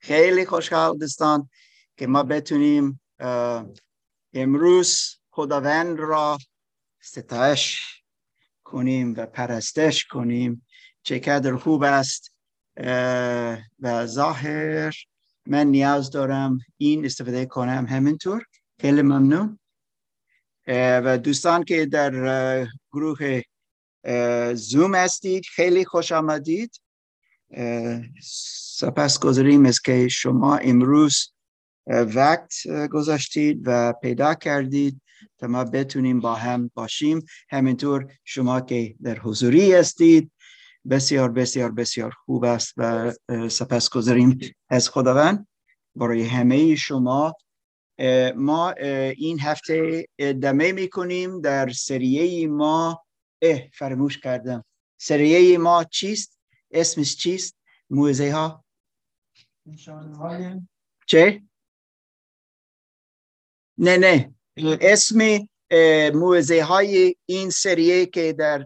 خیلی خوشحال دوستان که ما بتونیم امروز خداوند را ستایش کنیم و پرستش کنیم. چقدر خوب است و ظاهر من نیاز دارم این استفاده کنم همینطور. خیلی ممنون. و دوستان که در گروه زوم هستید خیلی خوش آمدید. سپاسگزاریم از که شما امروز وقت گذاشتید و پیدا کردید تا ما بتونیم با هم باشیم. همینطور شما که در حضوری هستید بسیار بسیار بسیار خوب است و سپاسگزاریم از خداوند برای همه شما. ما این هفته ادامه میکنیم در سریه ما. فراموش کردم سریه ما چیست؟ اسمش چیست؟ موعظه ها چه؟ نه اسم موعظه های این سریه که در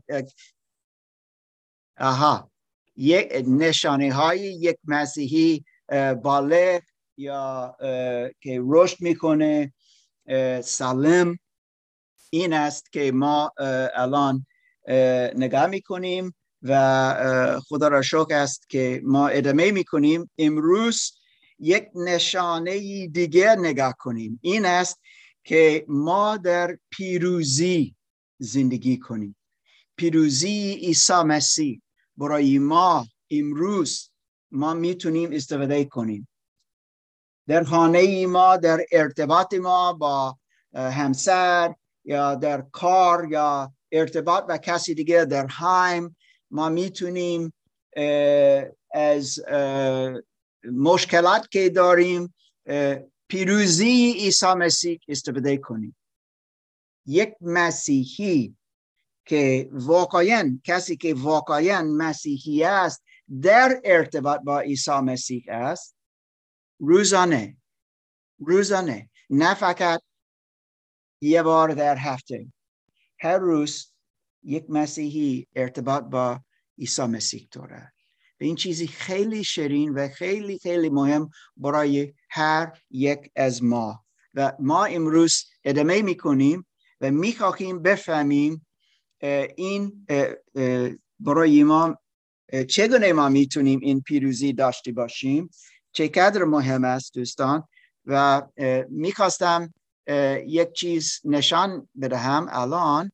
یک نشانه های یک مسیحی بالغ یا که رشد میکنه سالم، این است که ما الان نگاه میکنیم و خدا را شکر است که ما ادامه میکنیم. امروز یک نشانه دیگر نگاه کنیم، این است که ما در پیروزی زندگی کنیم. پیروزی عیسی مسیح برای ما امروز ما میتونیم استفاده کنیم در خانه ما، در ارتباط ما با همسر یا در کار یا ارتباط با کسی دیگر در هایم. ما میتونیم از مشکلات که داریم پیروزی عیسی مسیح استفاده کنیم. یک مسیحی که واقعا کسی که واقعا مسیحی است در ارتباط با عیسی مسیح است، روزانه نه فقط یه بار در هفته، هر روز یک مسیحی ارتباط با عیسی مسیح داره. و این چیزی خیلی شیرین و خیلی خیلی مهم برای هر یک از ما. و ما امروز ادامه میکنیم و میخواهیم بفهمیم این برای ما چگونه ما میتونیم این پیروزی داشته باشیم، چقدر مهم است دوستان. و میخواستم یک چیز نشان بدهم الان.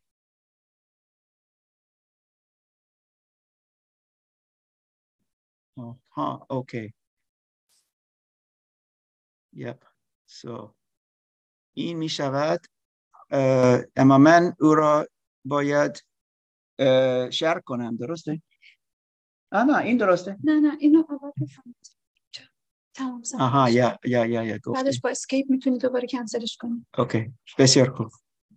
اوکی. این می شود. اما من او را باید شیر کنم، درسته؟ نه این درسته؟ نه اینو اول بفهمید. تمام یا گفتی. بعدش با اسکیپ میتونی دوباره کنسلش کنی. اوکی، بسیار خوب.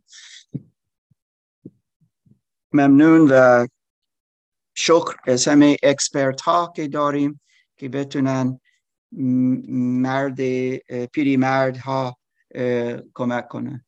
ممنون و شکر از همه اکسپرت ها که داریم که بتونن پیری مرد ها کمک کنن.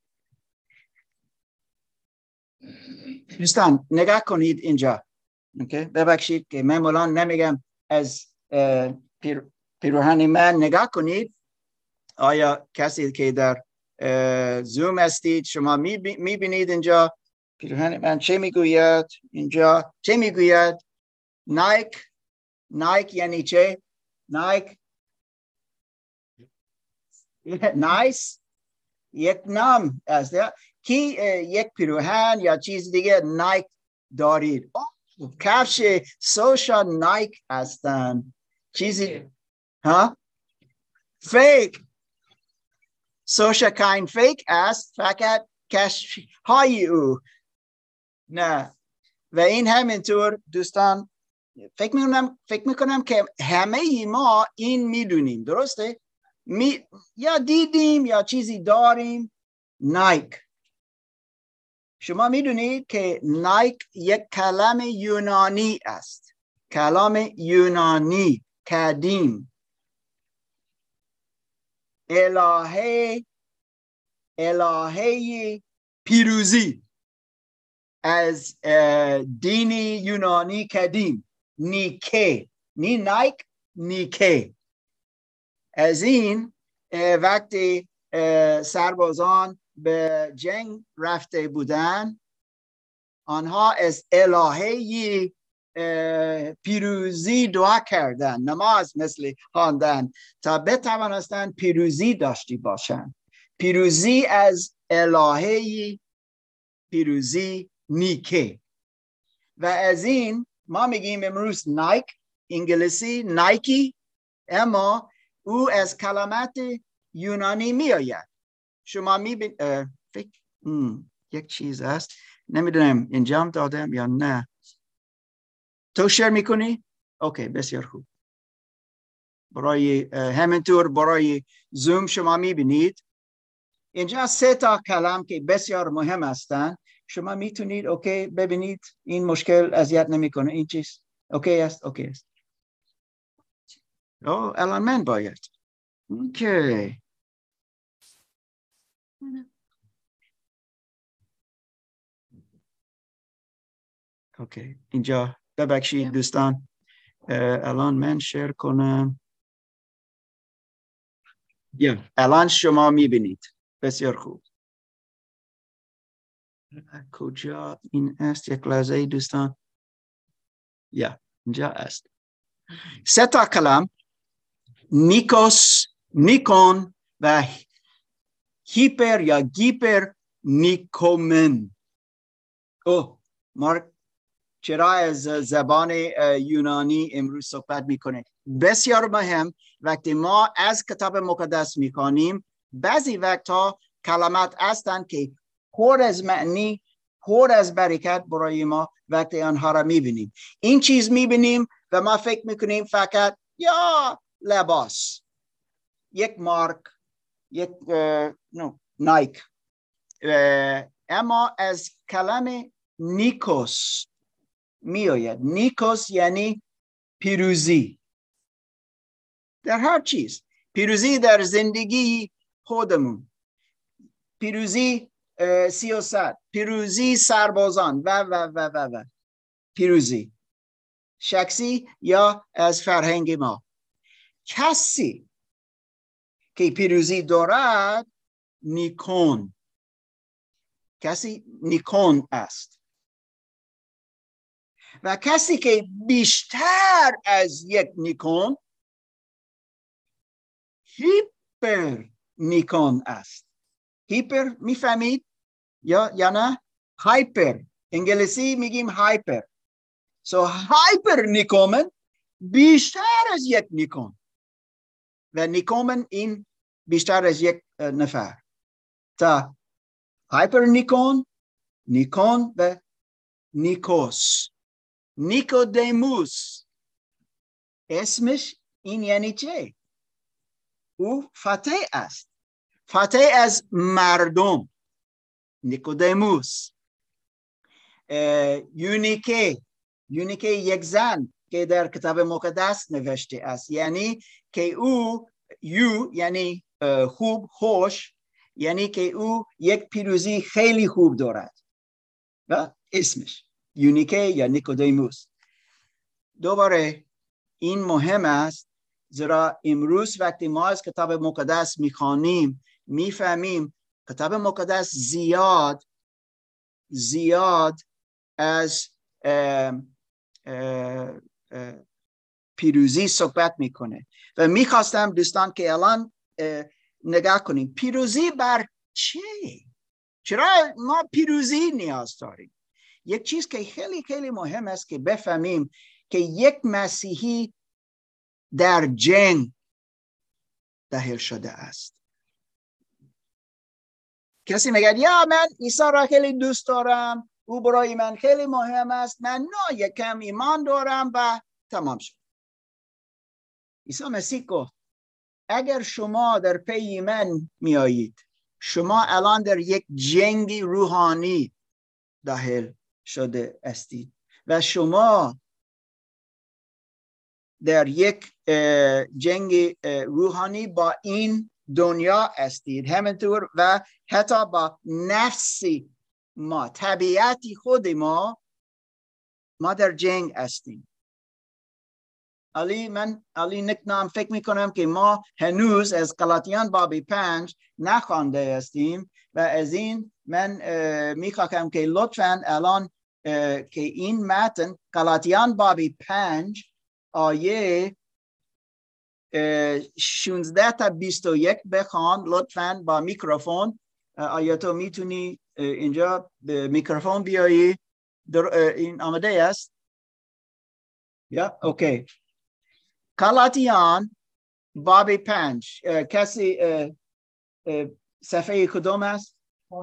دوستان نگاه کنید اینجا. اوکی، ببخشید که من الان نمیگم از پیروهن من نگاه کنید. آیا کسی که در زوم هستید شما میبینید اینجا پیروهن من چه میگوید؟ اینجا چه میگوید؟ نایک یعنی چه؟ نایک نایس یک نام است. کی یک پیروهن یا چیز دیگه نایک دارید؟ کفش سوشا نایک هستن. چیزی فیک سوشا کاین فیک است، فقط کفش های او نه. و این همینطور دوستان فکر میکنم که همه ما این میدونیم، درسته؟ یا دیدیم یا چیزی داریم. نایک، شما میدونید که نایک یک کلمه یونانی است، کلمه یونانی قدیم. الهه پیروزی از دینی یونانی قدیم. نیکه، نی نایک، نیکه از این وقتی سربازان به جنگ رفته بودن، آنها از الهه پیروزی دعا کردن، نماز مثل خواندن تا بتوانستند پیروزی داشتی باشند. پیروزی از الهه پیروزی نیکه. و از این ما میگیم امروز نایک، انگلیسی نایکی، اما او از کلمات یونانی می آید. شما میبینید یک چیز است، نمیدونم انجام دادم یا نه. تو شیر میکنی؟ اوکی، بسیار خوب. برای همینطور برای زوم شما میبینید اینجا 3 تا کلم که بسیار مهم هستند. شما میتونید اوکی ببینید، این مشکل اذیت نمیکنه این چیز. اوکی است، اوکی است. الان من باید. اوکی. اوکی، اینجا ببخشید دوستان. الان من شیر کنم. الان شما میبینید. بسیار خوب. کجا این است؟ یک لحظه دوستان. اینجا است. 3 تا کلم، نیکوس، نیکون و هیپر یا گیپر نیکومن. مارک چرا از زبان یونانی امروز صحبت میکنه؟ بسیار مهم. وقتی ما از کتاب مقدس میخوانیم، بعضی وقتها کلمات هستند که پر از معنی، پر از برکت برای ما. وقتی آنها را میبینیم، این چیز میبینیم و ما فکر میکنیم فقط یا لباس، یک مارک، یک نایک. اما از کلمه نیکوس میآید. نیکوس یعنی پیروزی در هر چیز، پیروزی در زندگی خودمون، پیروزی سیاست، پیروزی سربازان و پیروزی شخصی یا از فرهنگ ما. کسی که پیروزی دارد نیکون، کسی نیکون است. و کسی که بیشتر از یک نیکون هیپر نیکون است. هیپر میفهمید یا نه؟ هایپر، انگلیسی میگیم هایپر. هایپر نیکومن بیشتر از یک نیکون و نیکومن این بیشتر از یک نفر. تا هایپر نیکون، نیکون و نیکوس. نیکودیموس اسمش این یعنی چه؟ او فتح است، فتح از مردم. نیکودیموس. یونیکه یک زن که در کتاب مقدس نوشته است، یعنی که او یعنی خوب، خوش، یعنی که او یک پیروزی خیلی خوب دارد و اسمش یونیکه یا نیکودیموس. دوباره این مهم است، زیرا امروز وقتی ما از کتاب مقدس میخوانیم میفهمیم کتاب مقدس زیاد از پیروزی صحبت میکنه و میخواستم دوستان که الان نگاه کنیم پیروزی بر چه؟ چرا ما پیروزی نیاز داریم؟ یک چیز که خیلی خیلی مهم است که بفهمیم که یک مسیحی در جنگ داخل شده است. کسی میگه یا من عیسی را خیلی دوست دارم، او برای من خیلی مهم است، من نه یکم ایمان دارم و تمام شد. عیسی مسیح گفت اگر شما در پی من میایید، شما الان در یک جنگ روحانی داخل شده استید و شما در یک جنگ روحانی با این دنیا استید، همینطور و حتی با نفسی ما، طبیعتی خود ما در جنگ استیم. علی نکنام فکر میکنم که ما هنوز از غلاطیان باب 5 نخوانده هستیم و از این من میخواهم که لطفاً الان که این متن غلاطیان باب 5 آیه 16 تا 21 بخوان لطفاً با میکروفون. آیا تو میتونی اینجا میکروفون بیایی؟ این آماده است؟ یا اوکی. غلاطیان باب 5 کسی صفحه کدوم است؟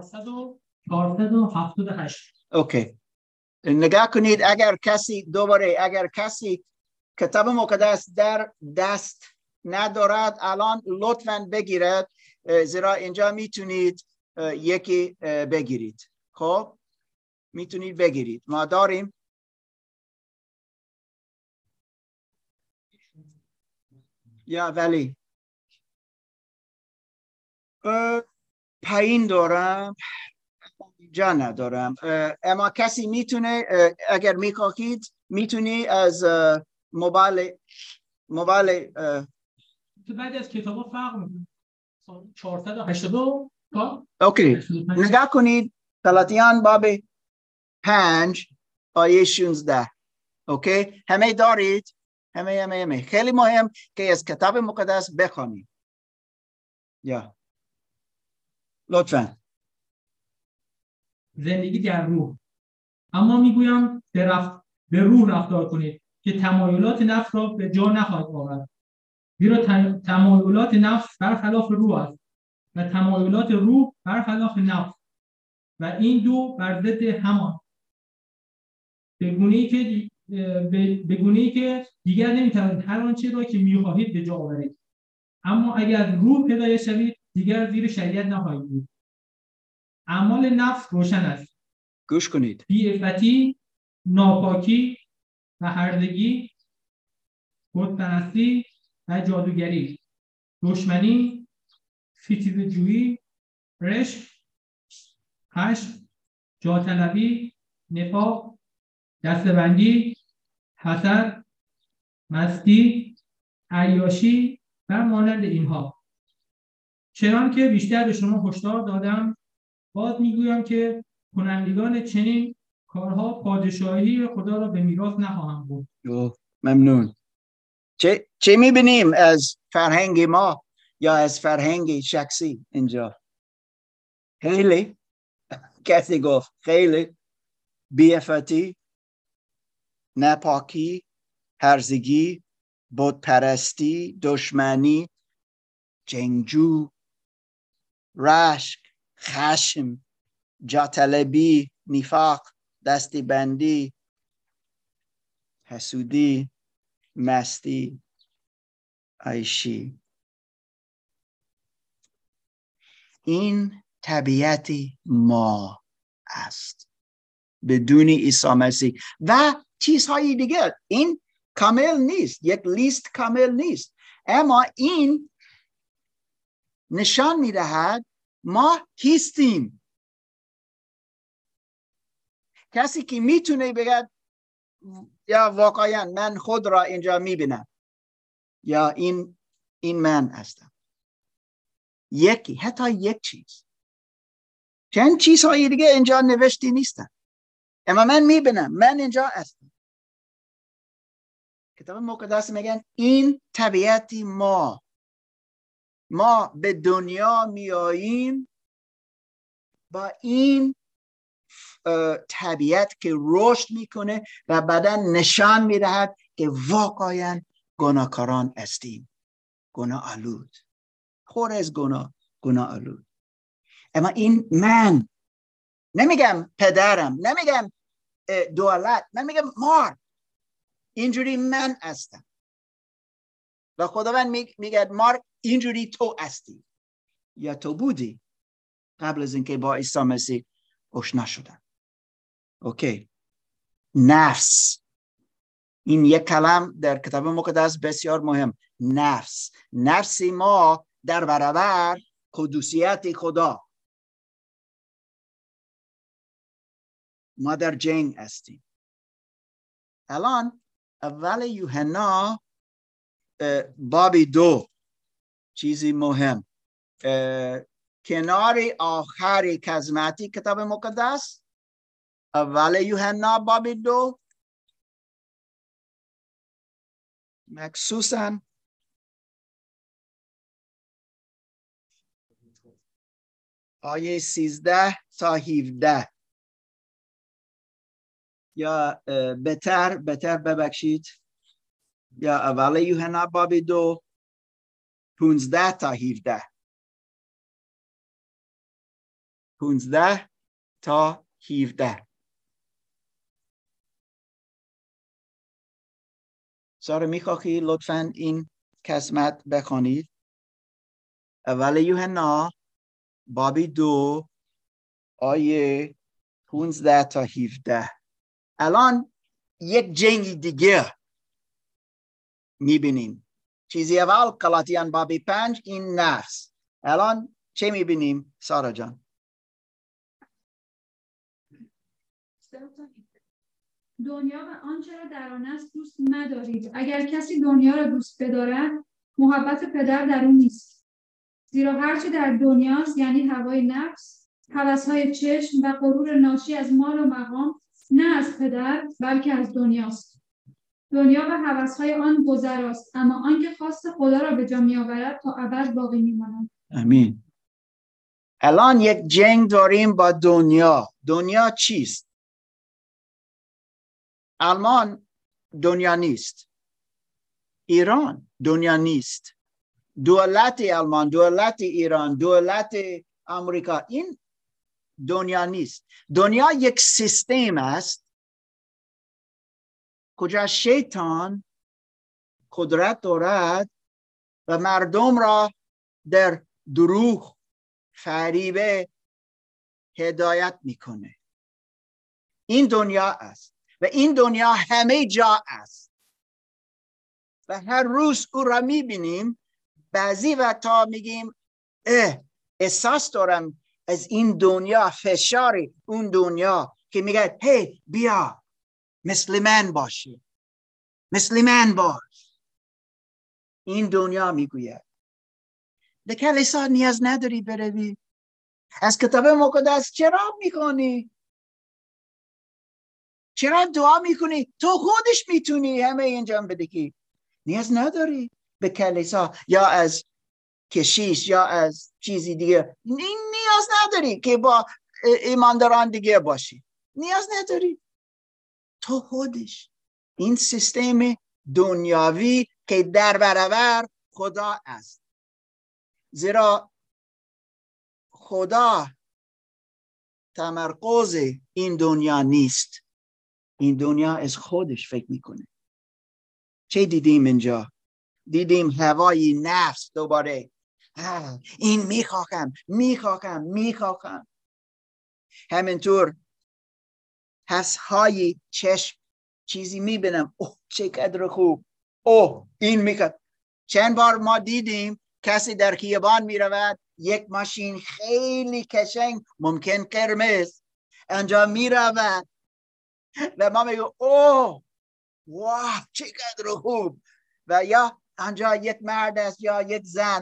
478. اوکی. نگاه کنید اگر کسی کتاب مقدس در دست ندارد الان لطفاً بگیرد، زیرا اینجا میتونید یکی بگیرید. خب میتونید بگیرید. ما داریم یا ولی پایین دارم، جا ندارم. اما کسی میتونه اگر میخواهید میتونی از موبایل تو بعد از کتابا فرق میکنه. 482 تا اوکی. نگاه کنید غلاطیان باب 5 آیه 16. اوکی، همه دارید؟ همه خیلی مهم که از کتاب مقدس بخونید. یا لطفاً. زندگی در روح. اما میگویم به روح رفتار کنید که تمایلات نفس را به جا نخواهید آورد. زیرا تمایلات نفس برخلاف روح است و تمایلات روح برخلاف نفس و این دو بر ضد همان. به گونه‌ای که دیگر نمیتوانید هر آنچه را که میخواهید به جا آورید. اما اگر روح هدایت شوید دیگر زیر شریعت نخواهید بود. اعمال نفس روشن است. گوش کنید. بی‌عفتی، ناپاکی و هردگی، بت‌پرستی و جادوگری، دشمنی، ستیزه‌جویی، رشک، خشم، جاه‌طلبی، نفاق، دسته‌بندی، حسد، مستی، عیاشی و مانند اینها. چنان که بیشتر به شما هشدار دادم، باز میگویم که کنندگان چنین کارها پادشاهی خدا را به میراث نخواهند برد. ممنون. چه میبینیم از فرهنگ ما یا از فرهنگ شخصی اینجا؟ خیلی کسی گفت خیلی بی‌عفتی، ناپاکی، هرزگی، بتپرستی، دشمنی، جنگجو، رشک، خشم، جاه‌طلبی، نفاق، دسته‌بندی، حسودی، مستی، عیشی. این طبیعت ما است بدون عیسی مسیح و چیزهای دیگر. این کامل نیست، یک لیست کامل نیست، اما این نشان می‌دهد ما کیستیم. کسی که میتونه بگه یا واقعا من خود را اینجا میبینم یا این من هستم. حتی یک چیز. چند چیزهای دیگه اینجا نوشته نیستن، اما من میبینم من اینجا هستم. کتاب مقدس میگن این طبیعت ما به دنیا میاییم با این طبیعت که رشد میکنه و بعدا نشان میدهد که واقعا گناهکاران هستیم، گناه آلود، خور از گناه آلود. اما این من، نمیگم پدرم، نمیگم دولت، من میگم مار، اینجوری من هستم و خداوند میگه مار اینجوری تو هستی یا تو بودی قبل از اینکه با عیسی مسیح آشنا شدن. اوکی. نفس، این یک کلام در کتاب مقدس بسیار مهم. نفس ما در برابر قدوسیت خدا، ما در جنگ هستیم. الان اول یوحنا باب 2 چیزی مهم کنار آخری قسمتی کتاب مقدس اول یوحنا باب 2 مخصوصا آیه 13 تا 17 یا بهتر ببخشید یا اول یوحنا باب 2 15 تا 17 15 تا 17 سارا میخواهی لطفاً این قسمت بخوانید اول یوحنا باب 2 آیه 15 تا 17 الان یک جنگ دیگه میبینیم چیزی اول گلاطیان باب 5 این نفس الان چه میبینیم سارا جان دنیا و آنچه را در آن است دوست ندارید اگر کسی دنیا را دوست بدارد محبت پدر در او نیست زیرا هرچه در دنیاست یعنی هوای نفس هوس‌های چشم و غرور ناشی از مال و مقام نه از پدر بلکه از دنیاست دنیا و هوس‌های آن گذراست اما آنکه خواست خدا را به جا می‌آورد تا ابد باقی می‌ماند امین الان یک جنگ داریم با دنیا چیست آلمان دنیا نیست ایران دنیا نیست دولت آلمان دولت ایران دولت آمریکا این دنیا نیست دنیا یک سیستم است کجا شیطان قدرت دارد و مردم را در دروغ فریب هدایت میکنه این دنیا است و این دنیا همه جا است و هر روز او را میبینیم بعضی وقتا میگیم احساس دارم از این دنیا فشاری اون دنیا که میگه هی بیا مثل من باشی مثل من باش این دنیا میگوید به کلیسا نیاز نداری بروی از کتاب مقدس چرا میخونی چرا دعا میکنی تو خودش میتونی همه انجام بدهی نیاز نداری به کلیسا یا از کشیش یا از چیزی دیگه نیاز نداری که با ایمانداران دیگه باشی نیاز نداری تو خودش این سیستم دنیاوی که در برابر خدا است زیرا خدا تمرکز این دنیا نیست این دنیا از خودش فکر میکنه چه دیدیم اینجا دیدیم هوای نفس دوباره این میخواهم همینطور حسهای چشم چیزی میبینم چه قدر خوب این میخواد چند بار ما دیدیم کسی در خیابان میرود یک ماشین خیلی قشنگ ممکن قرمز انجا میرود و ما میگو واه چه قدر خوب و یا انجا یک مرد است یا یک زن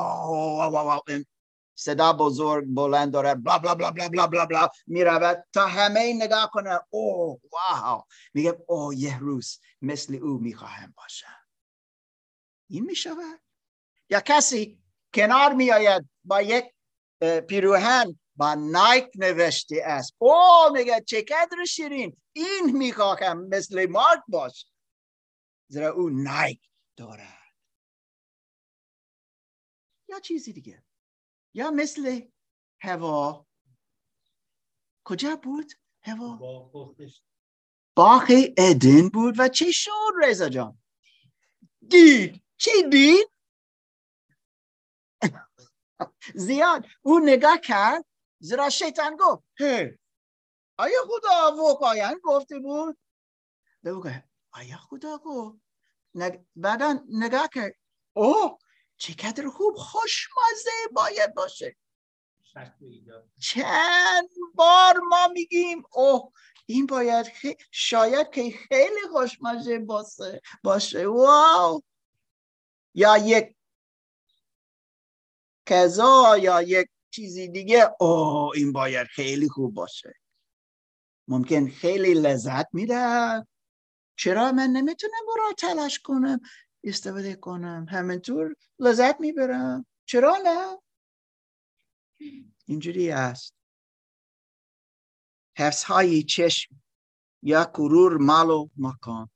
صدا بزرگ بلند داره بلا بلا بلا بلا بلا بلا بلا میرود تا همه نگاه کنه واو میگه یه روز مثل او میخواهم باشم این میشود یا کسی کنار میآید با یک پیراهن با نایک نوشته است میگه چه قدر شیرین این میخواهم مثل مارک باش زیرا او نایک دارد یا چیزی دیگه یا مثل هوا کجا بود هوا باغ ادن بود و چه شد رضا جان دید چی دید زیاد او نگاه کرد زیرا شیطان گفت آیا خدا واقعا گفته بود آیا خدا گفت بعدا نگاه کرد چه قدر خوب خوشمزه باید باشه چند بار ما میگیم این باید شاید که خیلی خوشمزه باشه واو یا یک کذا یا یک چیزی دیگه، این باید خیلی خوب باشه. ممکن خیلی لذت میده. چرا من نمیتونم برای تلاش کنم استفاده کنم؟ همینطور لذت میبرم، چرا نه؟ اینجوری است. حفظ های چشم یا کرور مال و مکان.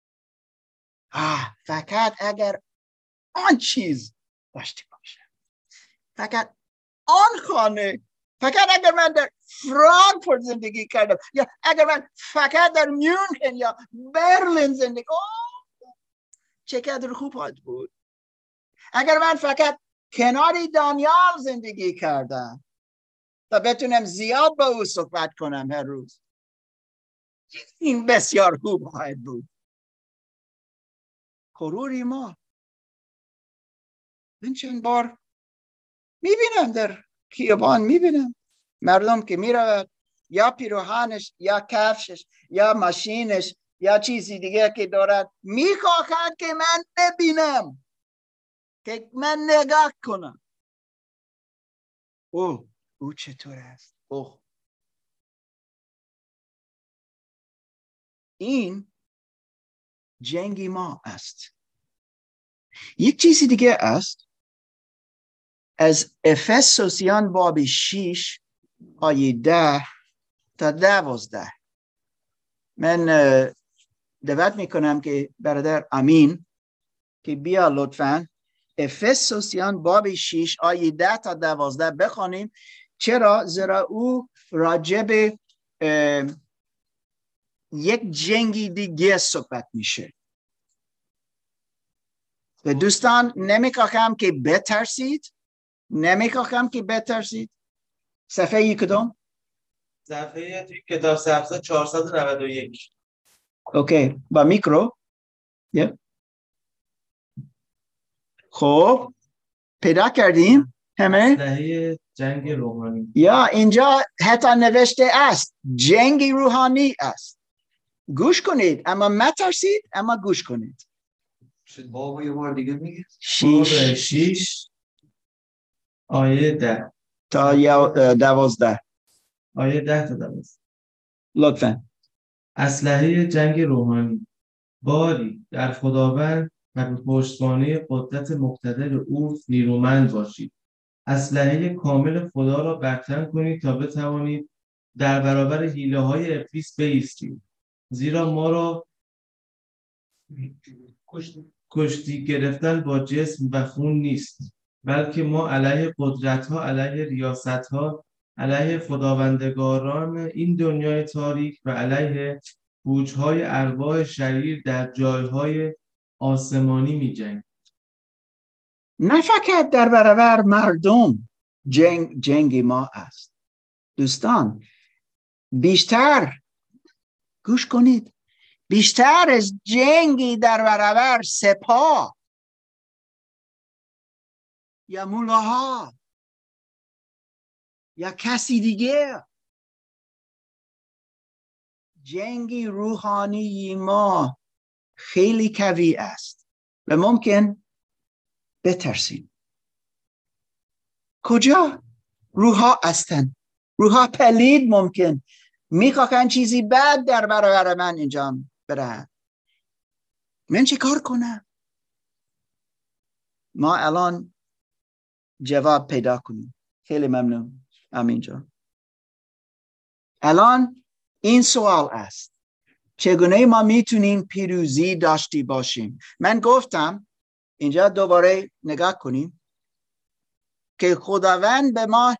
فقط اگر آن چیز داشته باشه، فقط آن خانه، فقط اگر من در فرانکفورت زندگی کردم، یا اگر من فقط در میونخن یا برلین زندگی، چقدر خوب بود. اگر من فقط کناری دانیال زندگی کردم و بتونم زیاد با او صحبت کنم هر روز، این بسیار خوب خواهد بود. غروری ما من چند بار میبینم در خیابان، میبینم مردم که میرود یا پیراهنش یا کفشش یا ماشینش یا چیزی دیگه که دارد، میخواهد که من ببینم، که من نگاه کنم. او چطور است؟ این جنگی ما است. یک چیزی دیگه است از افسوسیان باب 6 آیه 10 تا 12. من دعوت میکنم که برادر امین که بیا لطفاً افسوسیان باب 6 آیه 10 تا 12 بخوانیم. چرا؟ زیرا او راجب یک جنگی دیگه صحبت میشه. و دوستان نمیخواهم که بترسید. صفحه کدوم؟ صفحه توی کتاب سبزا 491. اوکی، با میکرو. خب پیدا کردیم همه؟ اسلحه جنگ روحانی. یا اینجا حتی نوشته است جنگ روحانی است. گوش کنید، اما مترسید، اما گوش کنید. بابا یه بار دیگه میگه. 6 آیه 10 تا 12. آیه 10 تا 12 لطفاً. اسلحه جنگ روحانی. باری در خداوند و به پشتوانه قدرت مقتدر او نیرومند باشید. اسلحه کامل خدا را برتن کنید تا بتوانید در برابر حیله‌های ابلیس بایستید. زیرا ما را کشتی گرفتن با جسم و خون نیست، بلکه ما علیه قدرت‌ها، علیه ریاست‌ها، علیه خداوندگاران این دنیای تاریک و علیه فوج‌های ارواح شریر در جایهای آسمانی می‌جنگیم. نه فقط در برابر مردم جنگ ما است. دوستان بیشتر گوش کنید، بیشتر از جنگی در برابر سپاه یا مولاها یا کسی دیگه، جنگی روحانی ما خیلی قوی است و ممکن بترسیم. کجا؟ روحها هستند، روحها پلید ممکن میخواهند چیزی بد در برابر من انجام بدهند. من چه کار کنم؟ ما الان جواب پیدا کنیم. خیلی ممنون امین جان. الان این سوال است: چگونه ما میتونیم پیروزی داشتی باشیم؟ من گفتم اینجا دوباره نگاه کنیم که خداوند به ما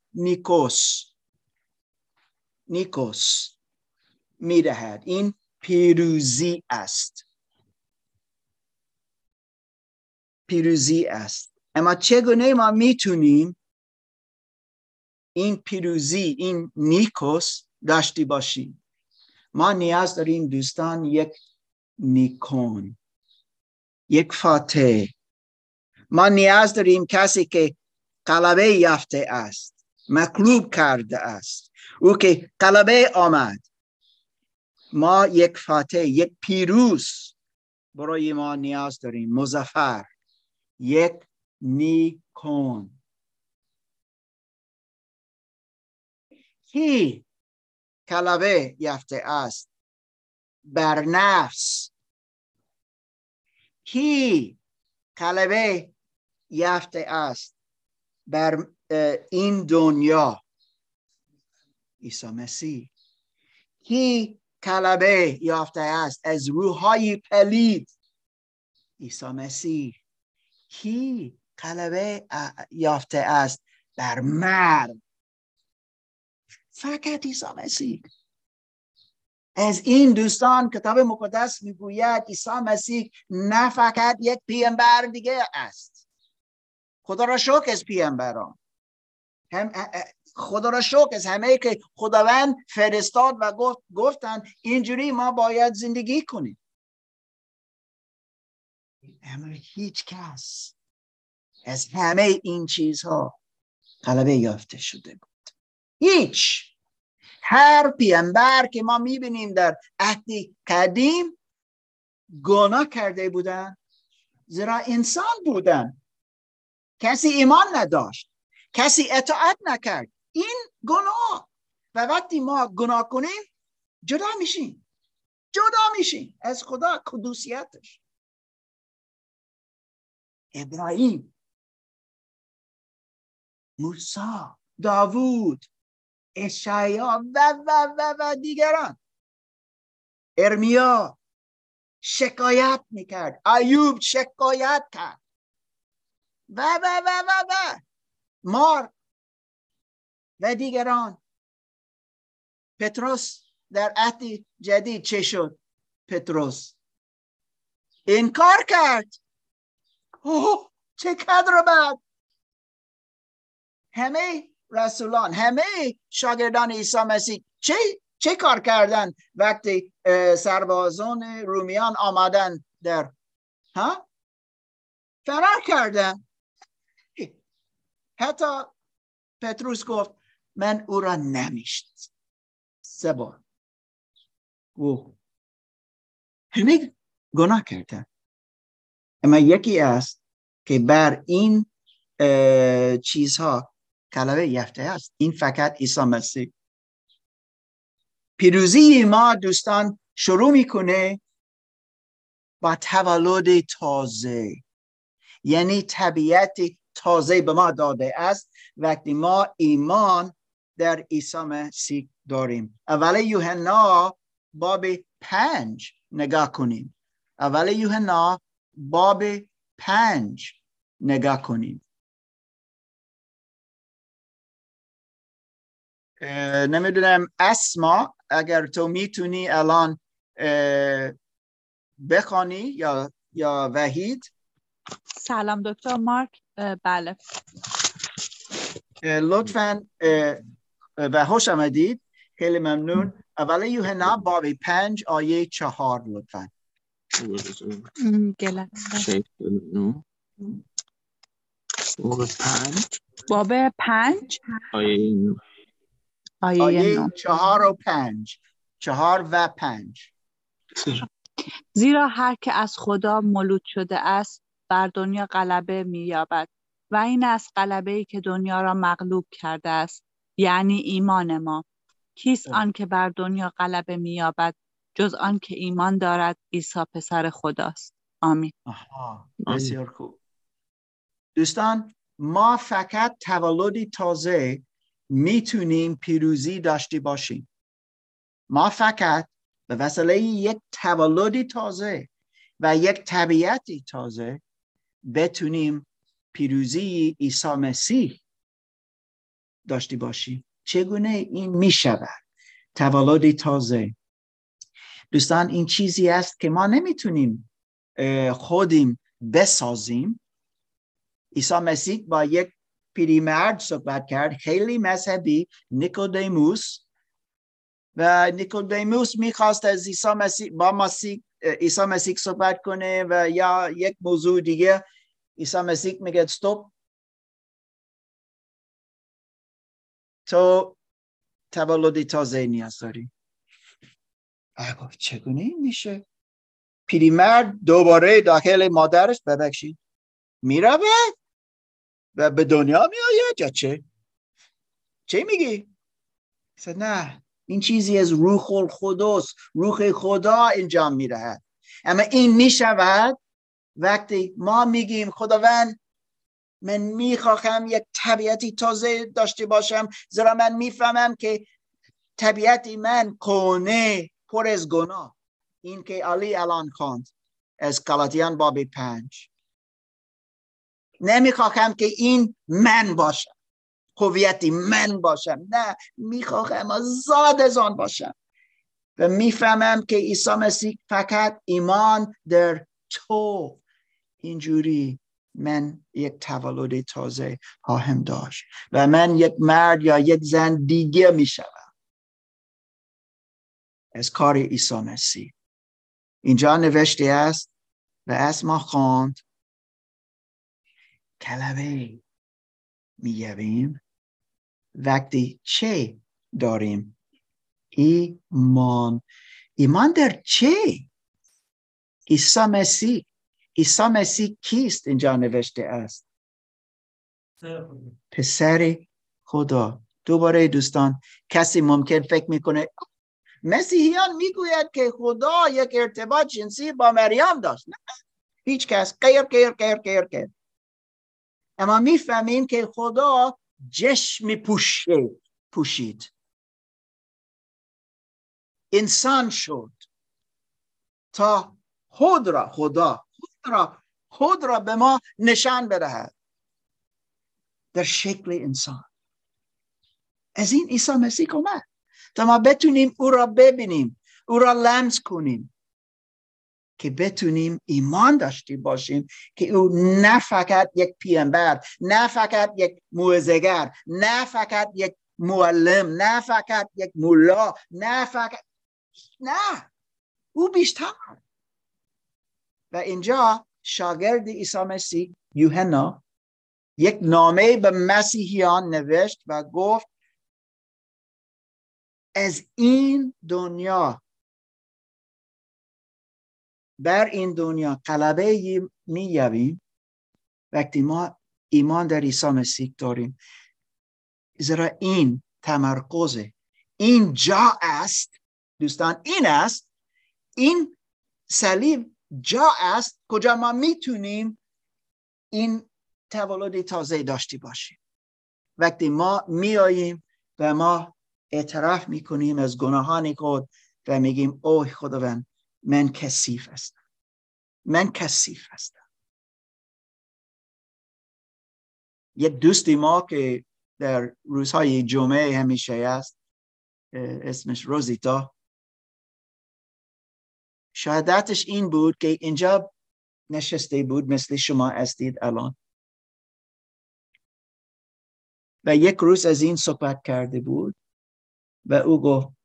نیکوس میدهد. این پیروزی است. اما چگونه ما میتونیم این پیروزی، این نیکوس داشتی باشیم؟ ما نیاز داریم دوستان یک نیکون، یک فاتح. ما نیاز داریم کسی که غلبه یافته است، مغلوب کرده است، او که غلبه آمد. ما یک فاتح، یک پیروز برای ما نیاز داریم، مظفر. یک نیکون. کی غلبه یافته است بر نفس؟ کی غلبه یافته است بر این دنیا؟ عیسی مسیح. کی غلبه یافته است از روح‌های پلید؟ عیسی مسیح. کی غلبه یافته است بر مرگ؟ فقط عیسی مسیح. از این دوستان کتاب مقدس میگوید عیسی مسیح نه فقط یک پیامبر دیگه است. خدا را شکر از پیامبران، خدا را شکر از همه که خداوند فرستاد و گفتن اینجوری ما باید زندگی کنیم. اما هیچ کس از همه این چیزها غلبه یافته شده بود. هیچ. هر پیامبر که ما میبینیم در عهد قدیم گناه کرده بودن، زیرا انسان بودن. کسی ایمان نداشت، کسی اطاعت نکرد. این گناه. و وقتی ما گناه کنیم جدا میشیم از خدا قدوسیتش. ابراهیم، موسی، داوود، اشعیا و دیگران، ارمیا شکایت میکرد، ایوب شکایت کرد و مار و دیگران. پتروس در عهد جدید چه شد؟ پتروس انکار کرد. اوه چه قدر بد. همه رسولان، همه شاگردان عیسی مسیح چه کار کردن وقتی سربازان رومیان آمدن در فرار کردن؟ حتی پتروس گفت من او را نمیشناسم. 3 بار. همه گناه کردن. اما یکی است که بر این چیزها غلبه یافته است. این فقط عیسی مسیح. پیروزی ما دوستان شروع میکنه با تولد تازه. یعنی طبیعت تازه به ما داده است وقتی ما ایمان در عیسی مسیح داریم. اول یوحنا باب 5 نگاه کنیم. اول یوحنا باب 5 نگاه کنیم. نمیدونم اسما اگر تو میتونی الان بخوانی یا وحید. سلام دکتر مارک. بله لطفاً و خوش آمدید. خیلی ممنون. اول یوحنا باب 5 آیه 4 لطفاً. باب 5 آیه 4 و 5. 4 و 5. زیرا هر که از خدا مولود شده است بر دنیا غلبه می‌یابد و این است غلبه‌ای که دنیا را مغلوب کرده است، یعنی ایمان ما. کیست آن که بر دنیا غلبه می‌یابد جز آن که ایمان دارد عیسی پسر خداست. آمین. بسیار خوب. دوستان ما فقط تولد تازه میتونیم پیروزی داشته باشیم. ما فقط به وسیله یک تولد تازه و یک طبیعت تازه بتونیم پیروزی عیسی مسیح داشته باشیم. چگونه این می شود؟ تولد تازه دوستان این چیزی است که ما نمیتونیم خودیم بسازیم. عیسی مسیح با یک پیرمرد صحبت کرد، خیلی مذهبی، نیکودیموس، و نیکودیموس میخواست از عیسی مسیح با عیسی مسیح صحبت کنه و یا یک موضوع دیگه. عیسی مسیح میگه استوب، تو تولد تازه نیاز داری. گفت چگونه این میشه؟ پیرمرد دوباره داخل مادرش، ببخشید، میره و به دنیا میآید یا چه میگی؟ نه، این چیزی از روح القدس، روح خدا انجام میدهد. اما این میشود وقتی ما میگیم خداوند من میخواهم یک طبیعتی تازه داشته باشم، زیرا من میفهمم که طبیعتی من کهنه پر از گناه. این که علی الان خواند از گلاطیان باب 5. نمیخواهم که این من باشم، هویتی من باشم. نه، میخواهم آزاد از آن باشم و میفهمم که عیسی مسیح فقط ایمان در تو، اینجوری من یک تولد تازه خواهم داشت و من یک مرد یا یک زن دیگه میشوم از کار عیسی مسیح. اینجا نوشته است و از ما خواند کلمه میگویم وقتی چه داریم؟ ایمان. ایمان در چه؟ عیسی مسیح. عیسی مسیح کیست؟ اینجا نوشته است پسر خدا. دوباره دوستان، کسی ممکن فکر میکنه مسیحیان میگوید که خدا یک ارتباط جنسی با مریم داشت. نه، هیچ کس. غیر. اما میفهمین که خدا چشم پوشید، انسان شد تا خود را به ما نشان بدهد در شکل انسان. از این عیسی مسیح اومد تا ما بتونیم او را ببینیم، او را لمس کنیم، که بتونیم ایمان داشته باشیم که او نه فقط یک پیامبر، نه فقط یک موعظه‌گر، نه فقط یک معلم، نه فقط یک ملا، نه، او بیشتر. و اینجا شاگرد عیسی مسیح یوحنا یک نامه به مسیحیان نوشت و گفت از این دنیا، بر این دنیا غلبه می‌یابیم وقتی ما ایمان در عیسی مسیح داریم. زیرا این تمرکز، این جا است دوستان، این است، این صلیب جا است کجا ما میتونیم این تولد تازه داشته باشیم. وقتی ما میاییم و ما اعتراف میکنیم از گناهان خود و میگیم اوه خداوند من کثیف هستم. یک دوستی ما که در روزهای جمعه همیشه است، اسمش روزیتا، شهادتش این بود که اینجا نشسته بود مثل شما هستید الان و یک روز از این صحبت کرده بود و او گفت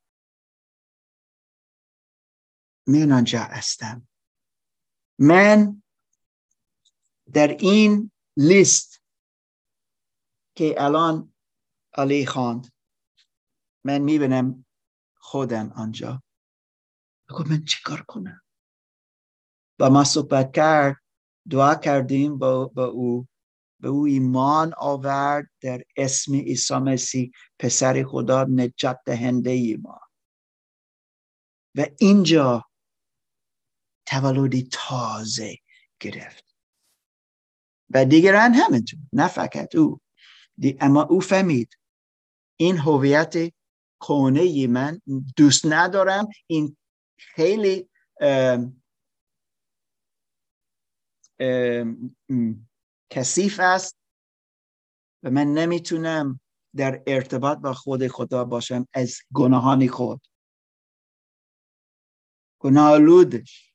من آنجا هستم، من در این لیست که الان علی خواند من میبینم خودم آنجا. گفت من چی کار کنم؟ و ما صحبت کرد، دعا کردیم با او، به او ایمان آورد در اسم عیسی مسیح پسر خدا نجات دهنده ما. و اینجا تولدی تازه گرفت و دیگران همینطور، نه فقط او. اما او فهمید این هویت کهنه من دوست ندارم، این خیلی کثیف است و من نمیتونم در ارتباط با خود خدا باشم از گناهان خود. گناه‌آلودش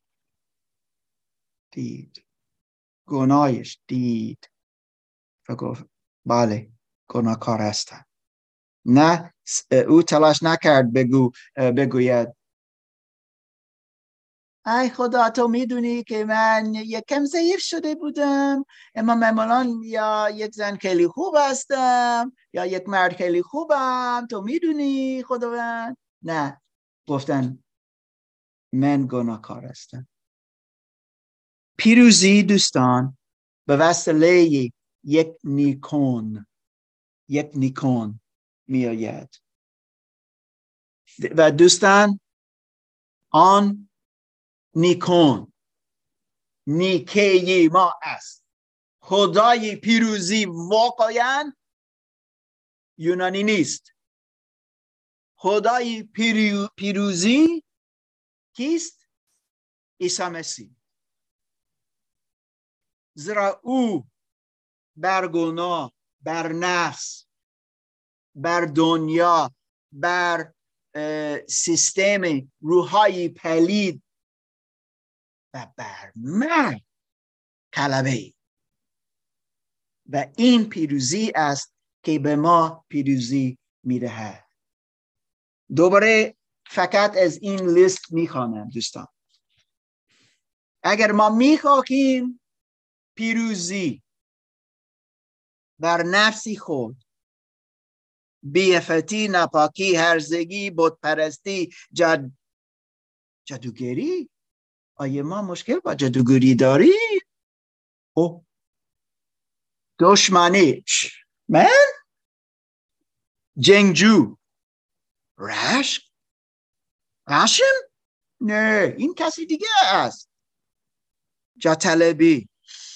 دید، گناهش دید و گفت بله گناهکار هستم. نه، او تلاش نکرد بگوید ای خدا تو میدونی که من یک کم ضعیف شده بودم، اما معمولا یا یک زن خیلی خوب هستم یا یک مرد خیلی خوبم، تو میدونی خداوند. نه، گفتن من گناهکار هستم. پیروزی دوستان به وسیله یک نیکون می آید. و دوستان، آن نیکون نیکه ما است. خدای پیروزی واقعا یونانی نیست. خدای پیروزی کیست؟ عیسی مسیح. زیرا او بر گناه، بر نفس، بر دنیا، بر سیستم روحای پلید و بر مرگ غلبه. و این پیروزی است که به ما پیروزی میدهد. دوباره فقط از این لیست میخوانم دوستان. اگر ما میخواهیم پیروزی بر نفسی خود، بیعفتی، ناپاکی، هرزگی، بتپرستی، جادوگری، آیا ما مشکل با جادوگری داریم؟ دشمنی، من جنگجو، رشم؟ نه، این کسی دیگه است. جاطلبی،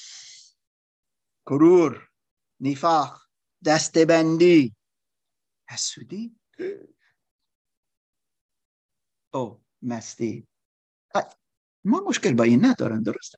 غرور، نفاق، دستبندی، حسودی، مستی. ما مشکل با این ندارن، درسته؟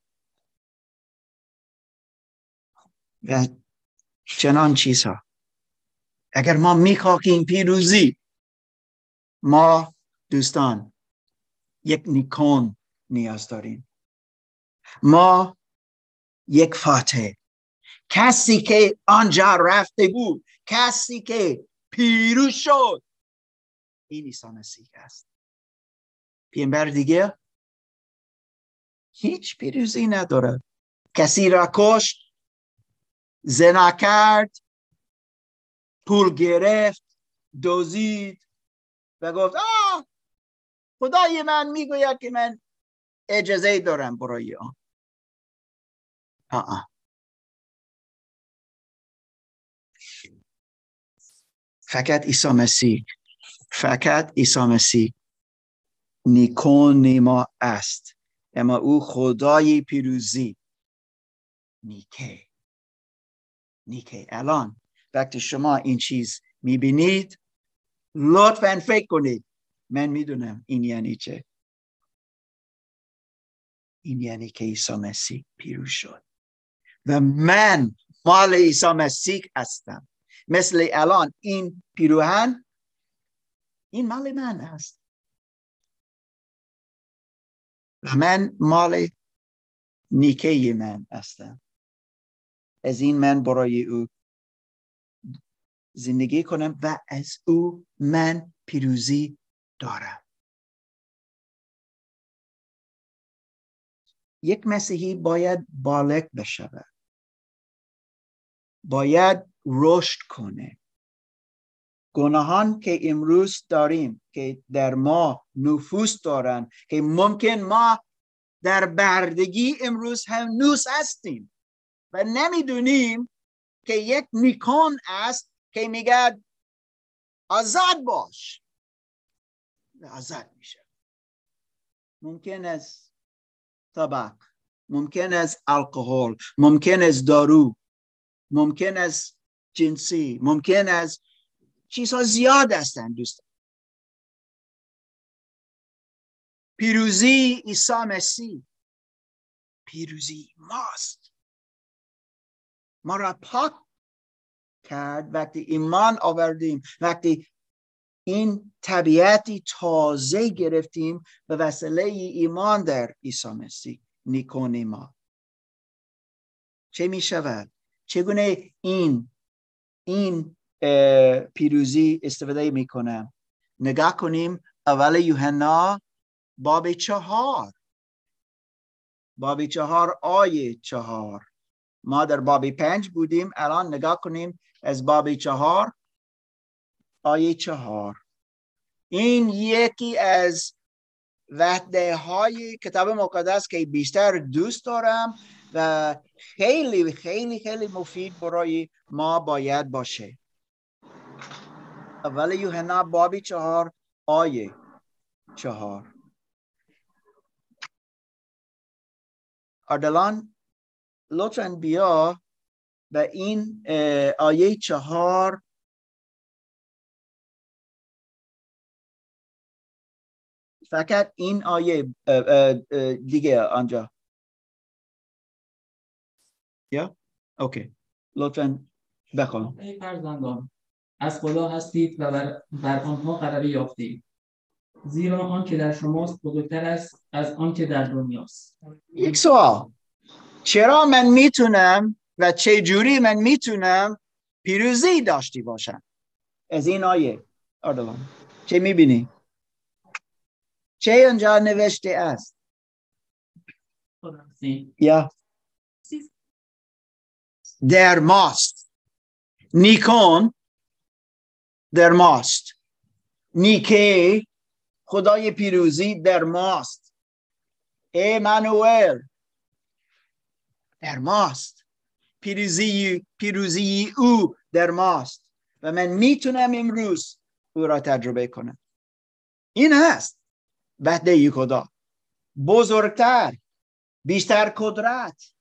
و چنان چیزها. اگر ما میخواهیم پیروزی، ما دوستان یک نیکون نیاز داریم. ما یک فاتح، کسی که آنجا رفته بود، کسی که پیروز شد، این عیسی مسیح است. پیامبر دیگه هیچ پیروزی نداره. کسی را کشت، زنا کرد، پول گرفت، دزدید و گفت خدای من میگوید که من اجازه دارم برای آن. فقط عیسی مسیح نیکون ما است. اما او خدای پیروزی، نیکه. الان وقتی شما این چیز میبینید، لطفاً فکر کنید من میدونم این یعنی چه. این یعنی که عیسی مسیح پیروز شد و من مال عیسی مسیح هستم. مثل الان این پیروهن، این مال من است و من مال نیکه من هستم. از این من برای او زندگی کنم و از او من پیروزی دارم. یک مسیحی باید بالغ بشود، باید رشد کنه. گناهان که امروز داریم که در ما نفوذ دارن، که ممکن ما در بردگی امروز هنوز هستیم و نمیدونیم که یک نیکون است که میگه آزاد باش، آزاد میشه. ممکن از تباک، ممکن از الکل، ممکن از دارو، ممکن از جنسی، ممکن از چیزها زیاد هستند دوستان. پیروزی عیسی مسیح، پیروزی ماست. ما را پاک کرد وقتی ایمان آوردیم، وقتی این طبیعتی تازه گرفتیم به وسیله ایمان در عیسی مسیح نیکون ما. چه می شود؟ چگونه این پیروزی استفاده می کنم؟ نگاه کنیم اول یوحنا باب 4 آیه 4. ما در باب 5 بودیم، الان نگاه کنیم از باب 4 آیه 4. این یکی از وحده های کتاب مقدس که بیشتر دوست دارم و خیلی خیلی خیلی مفید برای ما باید باشه. اول یوحنا بابی 4 آیه 4. اردلان لطفاً بیا به این آیه 4 فقط این آیه دیگه آنجا. یا اوکی لطفاً بخون. ای فرزندان از خدا هستید و بر آنها غلبه یافتید، زیرا آن که در شماست بزرگتر است از آن که در دنیاست. یک سوال، چرا من میتونم و چه جوری من میتونم پیروزی داشتی باشم از این آیه؟ اردلان چه میبینی؟ چه اونجا نوشته است؟ یا در ماست، نیکون در ماست، نیکه خدای پیروزی در ماست، امانوئل در ماست، پیروزی او در ماست و من میتونم امروز او را تجربه کنم. این هست وحده خدا، بزرگتر، بیشتر قدرت،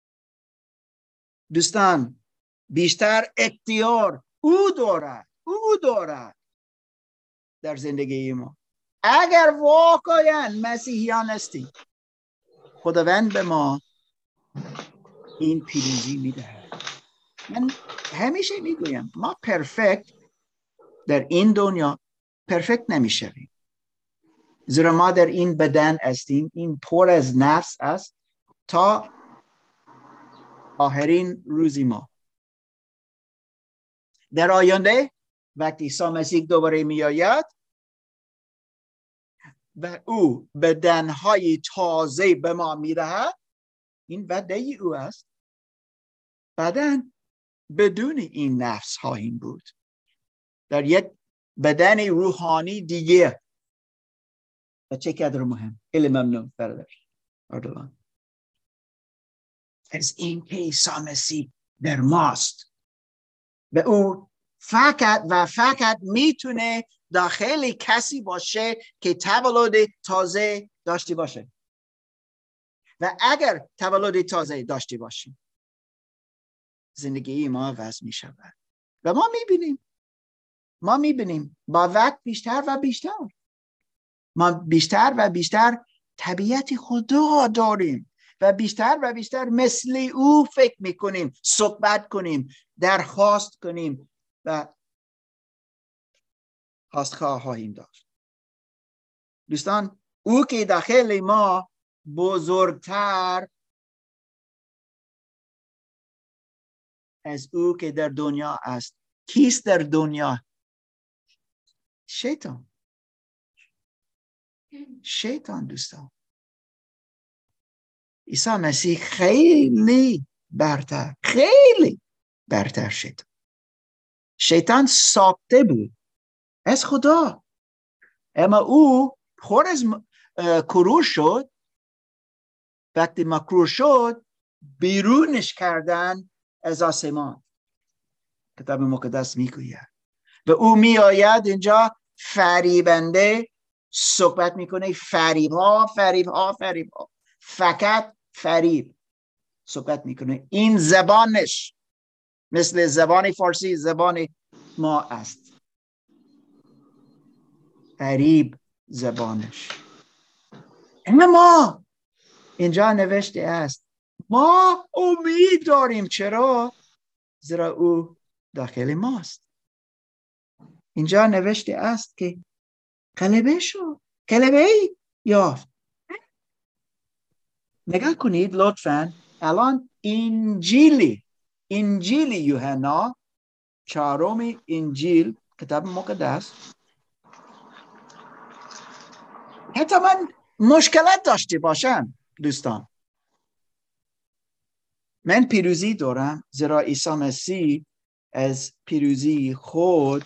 دوستان بیشتر اختیار او دارد در زندگی ما. اگر واقعا مسیحیان هستیم، خداوند به ما این پیروزی میده. من همیشه میگویم ما پرفکت در این دنیا پرفکت نمیشویم، زیرا ما در این بدن هستیم، این پر از نفس است تا آخرین روزی ما. در آینده وقتی عیسی مسیح دوباره می آید و او بدنهای تازه به ما می دهد، این وعده او است. بعداً بدون این نفس خواهیم بود در یک بدن روحانی دیگه. و چه قدر مهم. خیلی ممنون برادر اردلان از این که عیسی مسیح در ماست و او فقط و فقط میتونه داخل کسی باشه که تولد تازه داشته باشه. و اگر تولد تازه داشته باشیم زندگی ما عوض می شود و ما میبینیم با وقت بیشتر و بیشتر ما بیشتر و بیشتر طبیعت خدا داریم و بیشتر و بیشتر مثل او فکر میکنیم، صحبت کنیم، درخواست کنیم و خواستگاه خواهیم داشت. دوستان او که داخل ما بزرگتر از او که در دنیا است. کیست در دنیا؟ شیطان دوستان. عیسی مسیح خیلی برتر شد. شیطان ساخته بود از خدا، اما او پر از کرور شد. وقتی مکرور شد بیرونش کردن از آسمان. کتاب مقدس میگوید و او میآید اینجا فریبنده صحبت میکنه، فریب ها فقط فریب صحبت میکنه. این زبانش مثل زبان فارسی زبان ما است، فریب زبانش. اما اینجا نوشته است ما امید داریم. چرا؟ زیرا او داخل ماست. اینجا نوشته است که غلبه یافت. نگاه کنید لطفاً الان انجیل یوحنا، 4 انجیل کتاب مقدس. حتی من مشکلات داشته باشم دوستان، من پیروزی دارم زیرا عیسی مسیح از پیروزی خود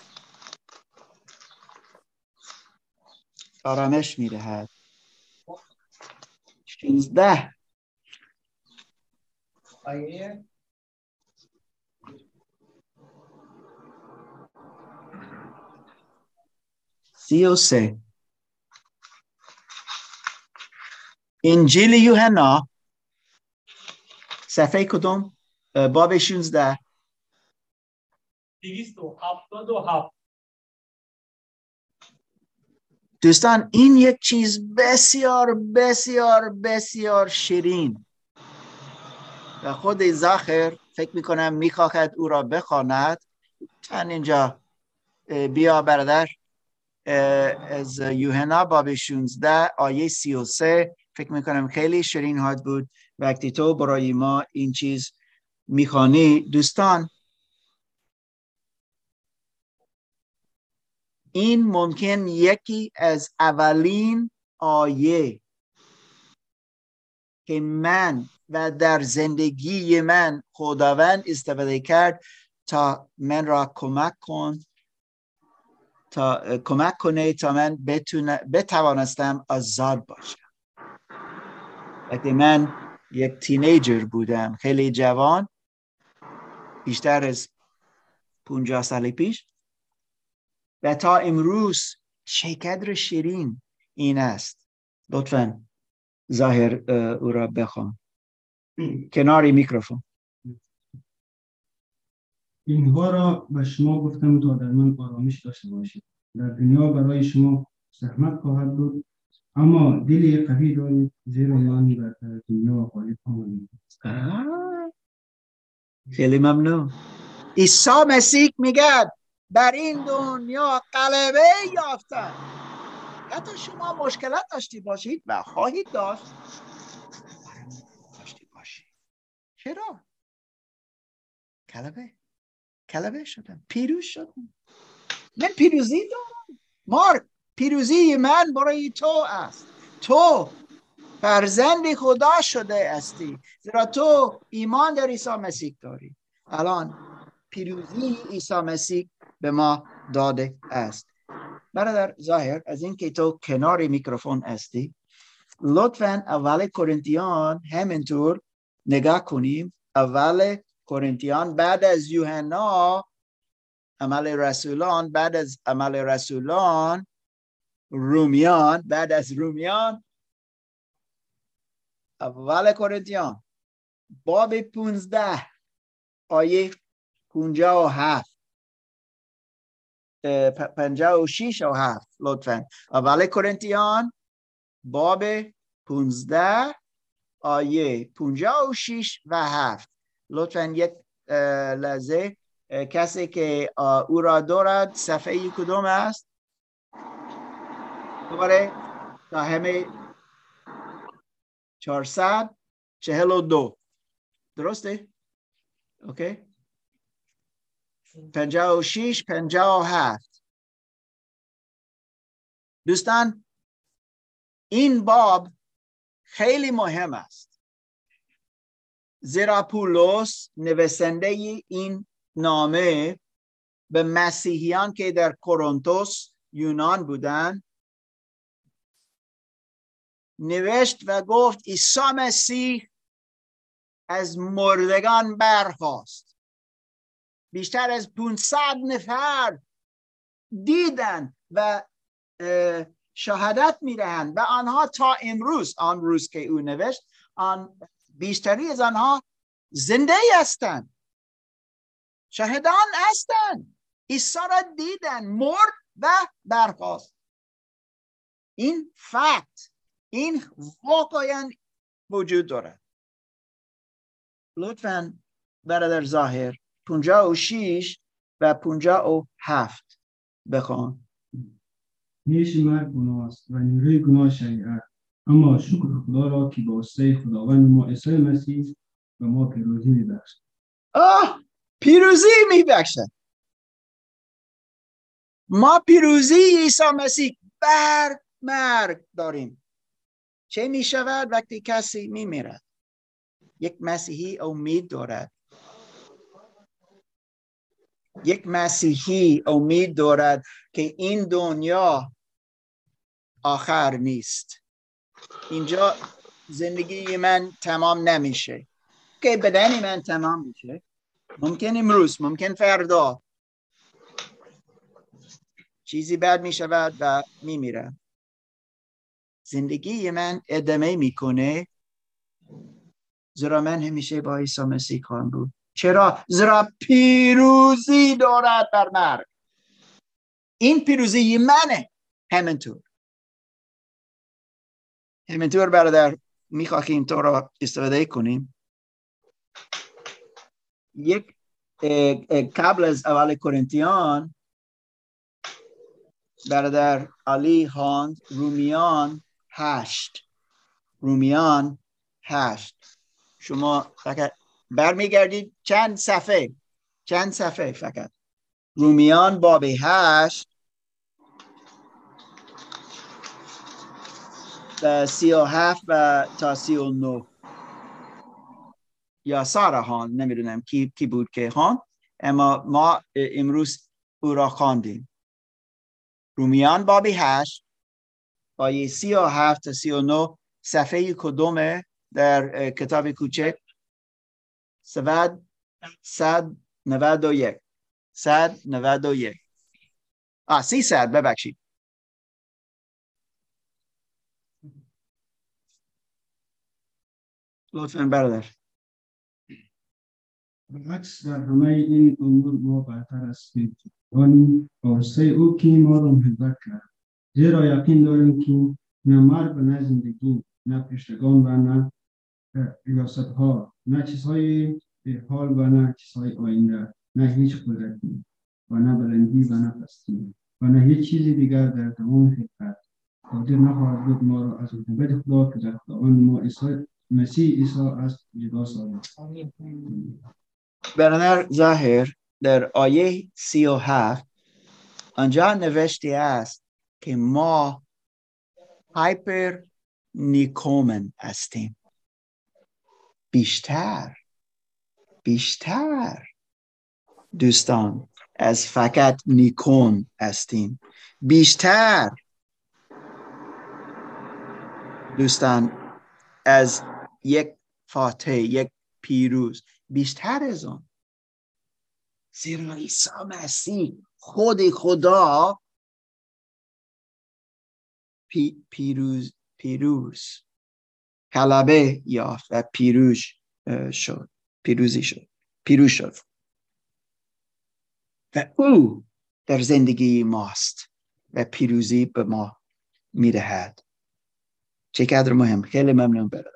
آرامش می‌دهد. 16 آیه 33 انجیل یوحنا صفحه کدوم؟ باب 16 277. دوستان این یک چیز بسیار بسیار بسیار شیرین و خود زاخر فکر میکنم میخواهد او را بخواند. تن اینجا بیا برادر از یوحنا باب 16 آیه 33 فکر میکنم خیلی شیرین هات بود وقتی تو برای ما این چیز میخوانی. دوستان این ممکن یکی از اولین آیه که من و در زندگی من خداوند استفاده کرد تا من را کمک کنه تا من بتوانستم آزاد باشم. وقتی من یک تینیجر بودم، خیلی جوان، بیشتر از 50 سال پیش، و تا امروز چقدر شیرین این است. لطفاً ظاهر او را بخوان کناری میکروفون. اینها را به شما گفتم تا در من آرامش داشته باشید. در دنیا برای شما زحمت خواهد بود، اما دلی قوی دارید، زیرا من برتر دنیا غالب آمدم. خیلی ممنون. عیسی مسیح میگه بر این دنیا غلبه یافتم. حتی شما مشکلات داشتی باشید و خواهید داشت چرا؟ غلبه شدم، پیروز شدم. من پیروزی دارم. مارک، پیروزی من برای تو است. تو فرزند خدا شده استی، زیرا تو ایمان در عیسی مسیح داری. الان پیروزی عیسی مسیح به ما داده است. برادر ظاهر، از اینکه تو کنار میکروفون هستی، لطفاً اول کرنتیان همینطور نگاه کنیم. اول کرنتیان بعد از یوحنا عمل رسولان، بعد از عمل رسولان رومیان، بعد از رومیان اول کرنتیان باب 15 آیه 57 56 و 7. لطفاً اول کرنتیان باب 15 آیه 56 و 7. لطفاً یک لحظه کسی که او را دارد صفحه کدوم است؟ دوباره تا همه 442 درسته؟ اوکی 56 57. دوستان این باب خیلی مهم است، زیرا پولس نویسنده این نامه به مسیحیان که در کورنثوس یونان بودند نوشت و گفت عیسی مسیح از مردگان برخاست. بیشتر از 500 نفر دیدن و شهادت میدهند و آنها تا امروز، آن روز که او نوشت، بیشتری از آنها زنده هستند، شاهدان هستند، عیسی را دیدن، مرد و برخاست. این فکت، این واقعا وجود دارد. لطفاً برادر ظاهر 56 و 57 بخوان. نیش مرگ گناه است و نیروی گناه شریعت، اما شکر خدا را که با واسطه خداوند ما عیسی مسیح و ما پیروزی میبخشد. پیروزی میبخشد. ما پیروزی عیسی مسیح بر مرگ داریم. چه میشود وقتی کسی میمیرد؟ یک مسیحی امید دارد. یک مسیحی امید دارد که این دنیا آخر نیست. اینجا زندگی من تمام نمیشه. که بدن من تمام میشه، ممکن امروز، ممکن فردا چیزی بد میشود و میمیره. زندگی من ادامه میکنه، زیرا من همیشه با عیسی مسیح خواهم بود. چرا؟ زیرا پیروزی دارد بر مرگ. این پیروزی منه. همینطور برادر میخواهیم تو را استفاده کنیم. یک قبل از اول کرنتیان برادر علی خواند رومیان 8. شما فقط برمیگردید چند صفحه فقط. رومیان باب 8 و 37 و تا 39. یا سارا خواند، نمیدونم کی بود که خواند، اما ما امروز او را خواندیم. رومیان باب 8 آیه 37 تا 39. صفحه کدومه در کتاب کوچک؟ 191. 300 ببخشید. لطفاً برادر. برعکس در همه این امور ما برتر هستیم آنی واسطه او که ما را محبت کرد، زیرا یقین داریم که نه مرگ و نه زندگی، نه فرشتگان و نه ریاست ها، نه چیزهای حال و نه چیزهای آینده، نه هیچ قدرتی و نه بلندی و نه پستی و نه هیچ چیزی دیگر در تمام خلقت قادر نخواهد بود ما را از محبت خدا که در خداوند ما مسیح عیسی است جدا سازد. برادر ظاهر در آیه 37 آنجا نوشته است که ما هایپر نیکومن هستیم. بیشتر دوستان از فقط نیکون هستیم. بیشتر دوستان از یک فاتح، یک پیروز، بیشتر از اون. زیرا عیسی مسیح خود خدا پیروز غلبه یافت و پیروز شد و او در زندگی ماست و پیروزی به ما میدهد. چقدر مهم. خیلی ممنون برادر.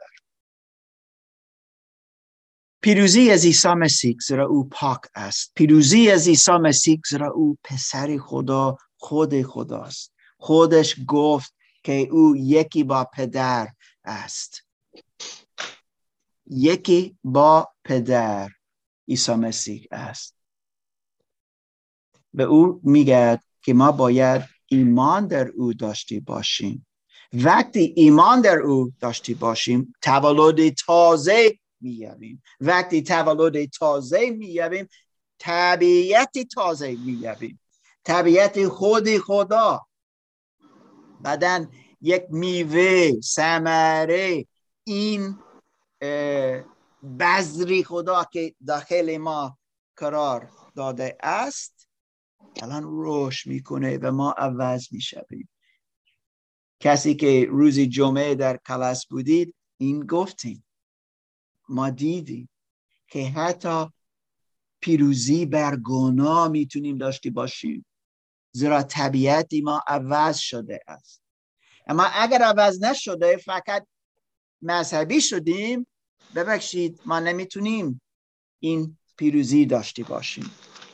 پیروزی از عیسی مسیح زیرا او پاک است. پیروزی از عیسی مسیح زیرا او پسر خدا، خود خداست. خودش گفت که او یکی با پدر است. یکی با پدر عیسی مسیح است. به او میگه که ما باید ایمان در او داشته باشیم. وقتی ایمان در او داشته باشیم تولد تازه می‌یابیم. وقتی تولد تازه می‌یابیم طبیعت تازه می‌یابیم. طبیعت خود خدا. بعدن یک میوه، ثمره، این بذری خدا که داخل ما قرار داده است الان رشد میکنه و ما عوض میشویم. کسی که روز جمعه در کلاس بودید این گفتیم، ما دیدیم که حتی پیروزی بر گناه میتونیم داشته باشیم زیرا طبیعتی ما عوض شده است. اما اگر عوض نشده فقط مذهبی شدیم، ببخشید ما نمیتونیم این پیروزی داشته باشیم.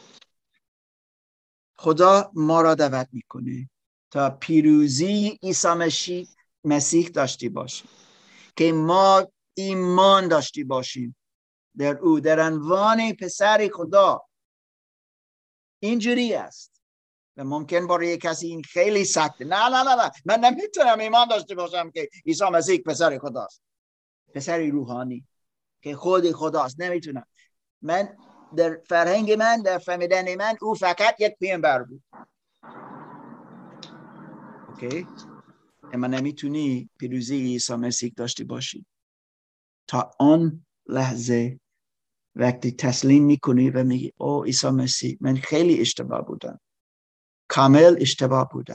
خدا ما را دعوت میکنه تا پیروزی عیسی مسیح داشته باشیم، که ما ایمان داشته باشیم در او، در عنوان پسر خدا. اینجوری است و ممکن برای کسی این خیلی سخته. نه من نمیتونم ایمان داشته باشم که عیسی مسیح پسر خداست، پسری روحانی که خود خداست. نمیتونم. من در فرهنگ من، در فهمیدن من، او فقط یک پیامبر بود. اوکی؟ اما نمیتونی پیروزی عیسی مسیح داشته باشی تا آن لحظه وقتی تسلیم میکنی و میگی او عیسی مسیح من خیلی اشتباه بودم، کامل اشتباه بودم،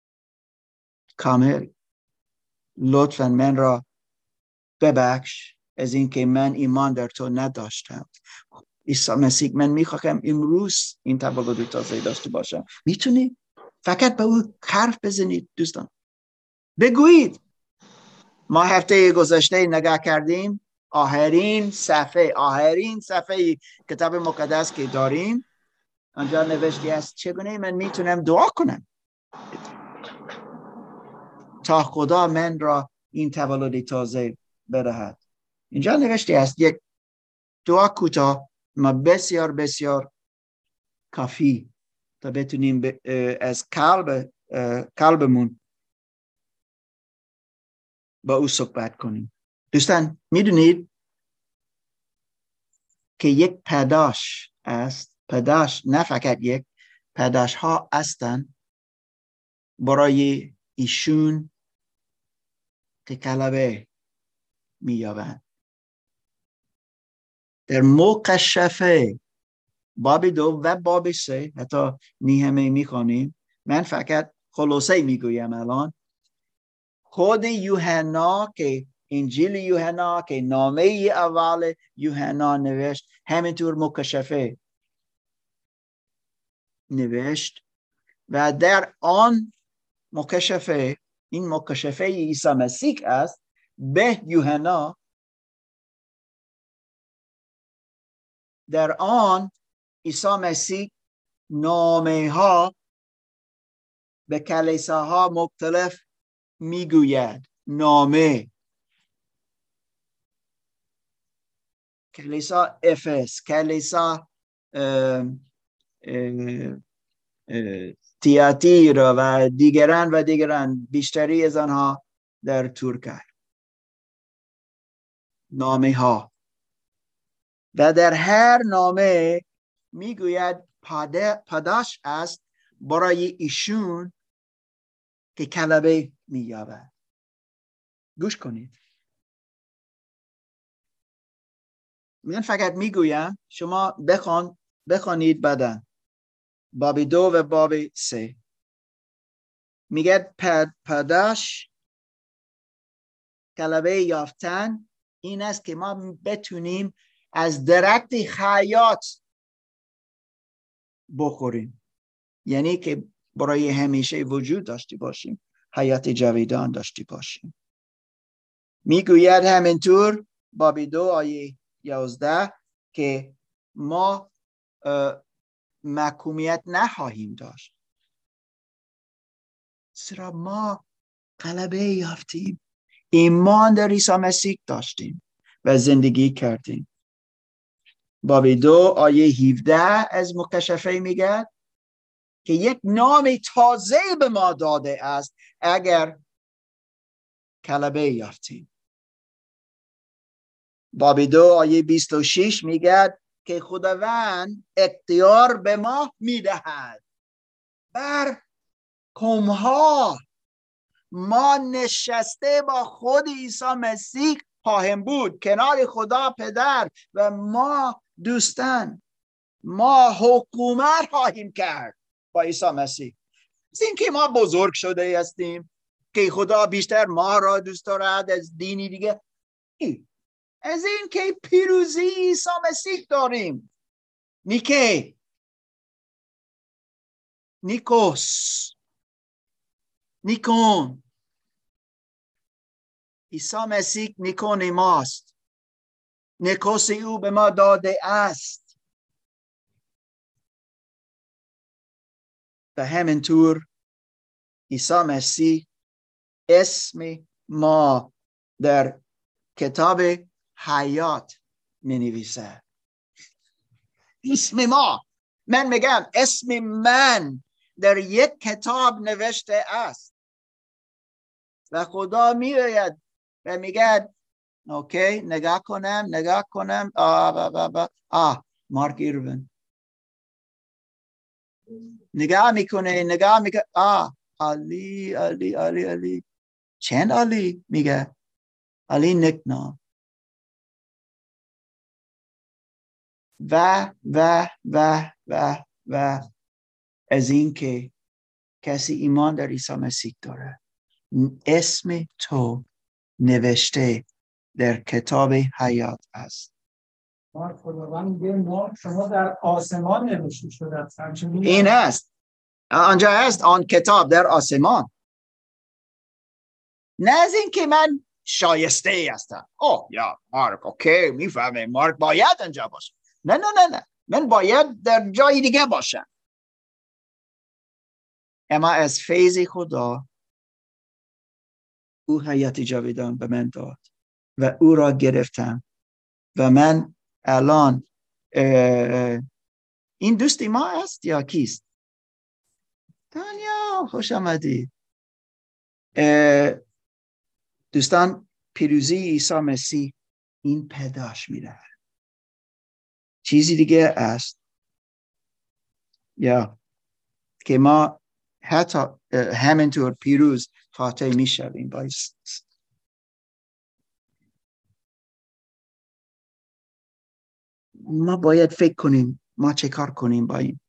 کامل لطفاً من را ببخش از اینکه من ایمان در تو نداشتم. عیسی مسیح من میخواهم امروز این تولد تازه داشته باشم. میتونی فقط به او حرف بزنید دوستان، بگویید. ما هفته گذشته نگاه کردیم آخرین صفحه کتاب مقدس که داریم، آنجا نوشته است چگونه من میتونم دعا کنم تا خدا من را این تولد تازه بدهد. اینجا نوشته است یک دعا کوتاه ما بسیار بسیار کافی تا بتونیم از قلبمون با او صحبت کنیم. دوستان میدونید که یک پاداش است، پاداش نه فقط یک، پاداش ها هستند برای ایشون که غلبه می‌یابند. در مکاشفه باب 2 و باب 3 حتی نیهمه میخوانیم، من فقط خلاصه میگویم الان. خود یوحنا که انجیل یوحنا که نامه اول یوحنا نوشت، همینطور مکاشفه نوشت و در آن مکاشفه، این مکاشفه عیسی مسیح است به یوحنا، در آن عیسی مسیح نامه ها به کلیساها مختلف میگوید. نامه کلیسا افس، کلیسا تیاتیر و دیگران بیشتری از آنها در ترکیه. نامه ها و در هر نامه میگوید پاداش است برای ایشون که غلبه می‌یابد. گوش کنید، من فقط میگویم شما بخوانید بعدا باب 2 و باب 3 میگه پاداش غلبه یافتن این است که ما بتونیم از درخت حیات بخوریم، یعنی که برای همیشه وجود داشته باشیم، حیات جاودان داشته باشیم. میگوید همینطور باب 2 آیه 11 که ما محکومیت نخواهیم داشت، زیرا ما غلبه یافتیم، ایمان در عیسی مسیح داشتیم و زندگی کردیم. باب 2 آیه 17 از مکاشفه میگه که یک نام تازه به ما داده است اگر غلبه یافتیم. باب 2 آیه 26 میگه که خداوند اختیار به ما میدهد بر قوم‌ها ما نشسته با خود عیسی مسیح خواهیم بود، کنار خدا پدر و ما دوستان، ما حکومت خواهیم کرد با عیسی مسیح. از اینکه ما بزرگ شده هستیم که خدا بیشتر ما را دوست دارد از دینی دیگه، از این که پیروزی عیسی مسیح داریم. نیکون عیسی مسیح نیکون ماست، نیکوس او به ما داده است و همینطور عیسی مسیح اسم ما در کتاب حیات می نویسد. اسم ما، من میگم اسم من در یک کتاب نوشته است و خدا میآید و میگه اوکی نگاه کنم مارک ایروین نگاه میکنه علی چند علی؟ میگه علی نکنام. و و و و و از این که کسی ایمان در عیسی مسیح داره، اسم تو نوشته در کتاب حیات است. خداوند میگه ما شما در آسمان نوشته شده است. این است، آنجا است آن کتاب در آسمان. نه از این که من شایسته هستم. یا مارک اوکی میفهمه مارک باید انجا باشه. نه نه نه نه، من باید در جای دیگه باشم. اما از فیض خدا او حیات جاودان به من داد و او را گرفتم و من الان این دوستی ما است یا کیست؟ دانیا خوش آمدید. دوستان، پیروزی عیسی مسیح این پداش میده. چیزی دیگه است یا که ما حتی همینطور پیروز فاتح میشویم. ما باید فکر کنیم ما چه کار کنیم با این.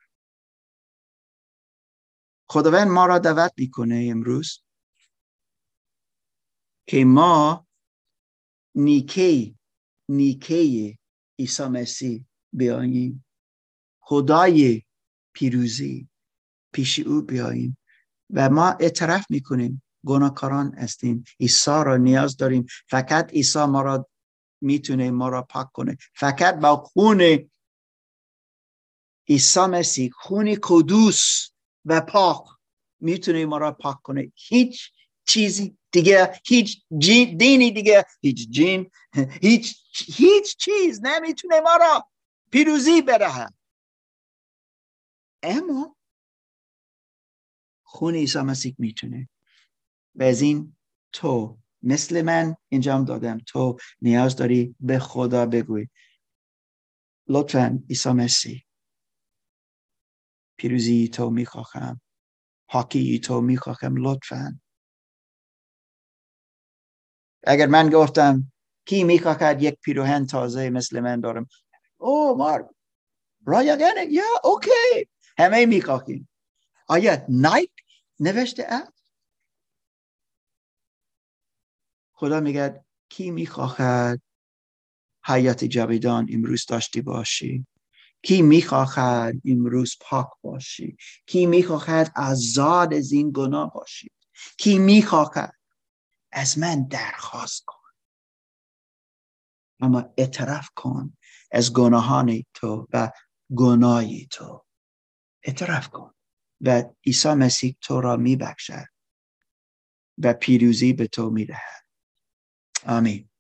خداوند ما را دعوت میکنه امروز که ما نیکی عیسی مسیح بیاییم، خدای پیروزی پیش او بیاییم و ما اعتراف میکنیم گناهکاران هستیم، عیسی را نیاز داریم. فقط عیسی ما را میتونه ما را پاک کنه. فقط با خون عیسی مسیح، خون قدوس و پاک، میتونه ما را پاک کنه. هیچ چیزی دیگه، هیچ دینی دیگه، هیچ جین، هیچ چیز نمیتونه ما را پیروزی بده. اما خون عیسی مسیح میتونه. و از این تو مثل من انجام دادم، تو نیاز داری به خدا بگوی لطفاً عیسی مسیح پیروزی تو میخواهم، پاکی تو میخواهم، لطفاً. اگر من گفتم کی میخواهد یک پیراهن تازه مثل من دارم، مارک رایگانه، یا اوکی، همه میخواهیم. آیا نایک نوشته است؟ خدا میگه کی میخواهد حیات جاودان امروز داشتی باشی؟ کی میخواهد امروز پاک باشی؟ کی میخواهد آزاد از این گناه باشی؟ کی میخواهد؟ از من درخواست کن، اما اعتراف کن از گناهان تو و گناهی تو. اعتراف کن و عیسی مسیح تو را میبخشد و پیروزی به تو میدهد. آمین.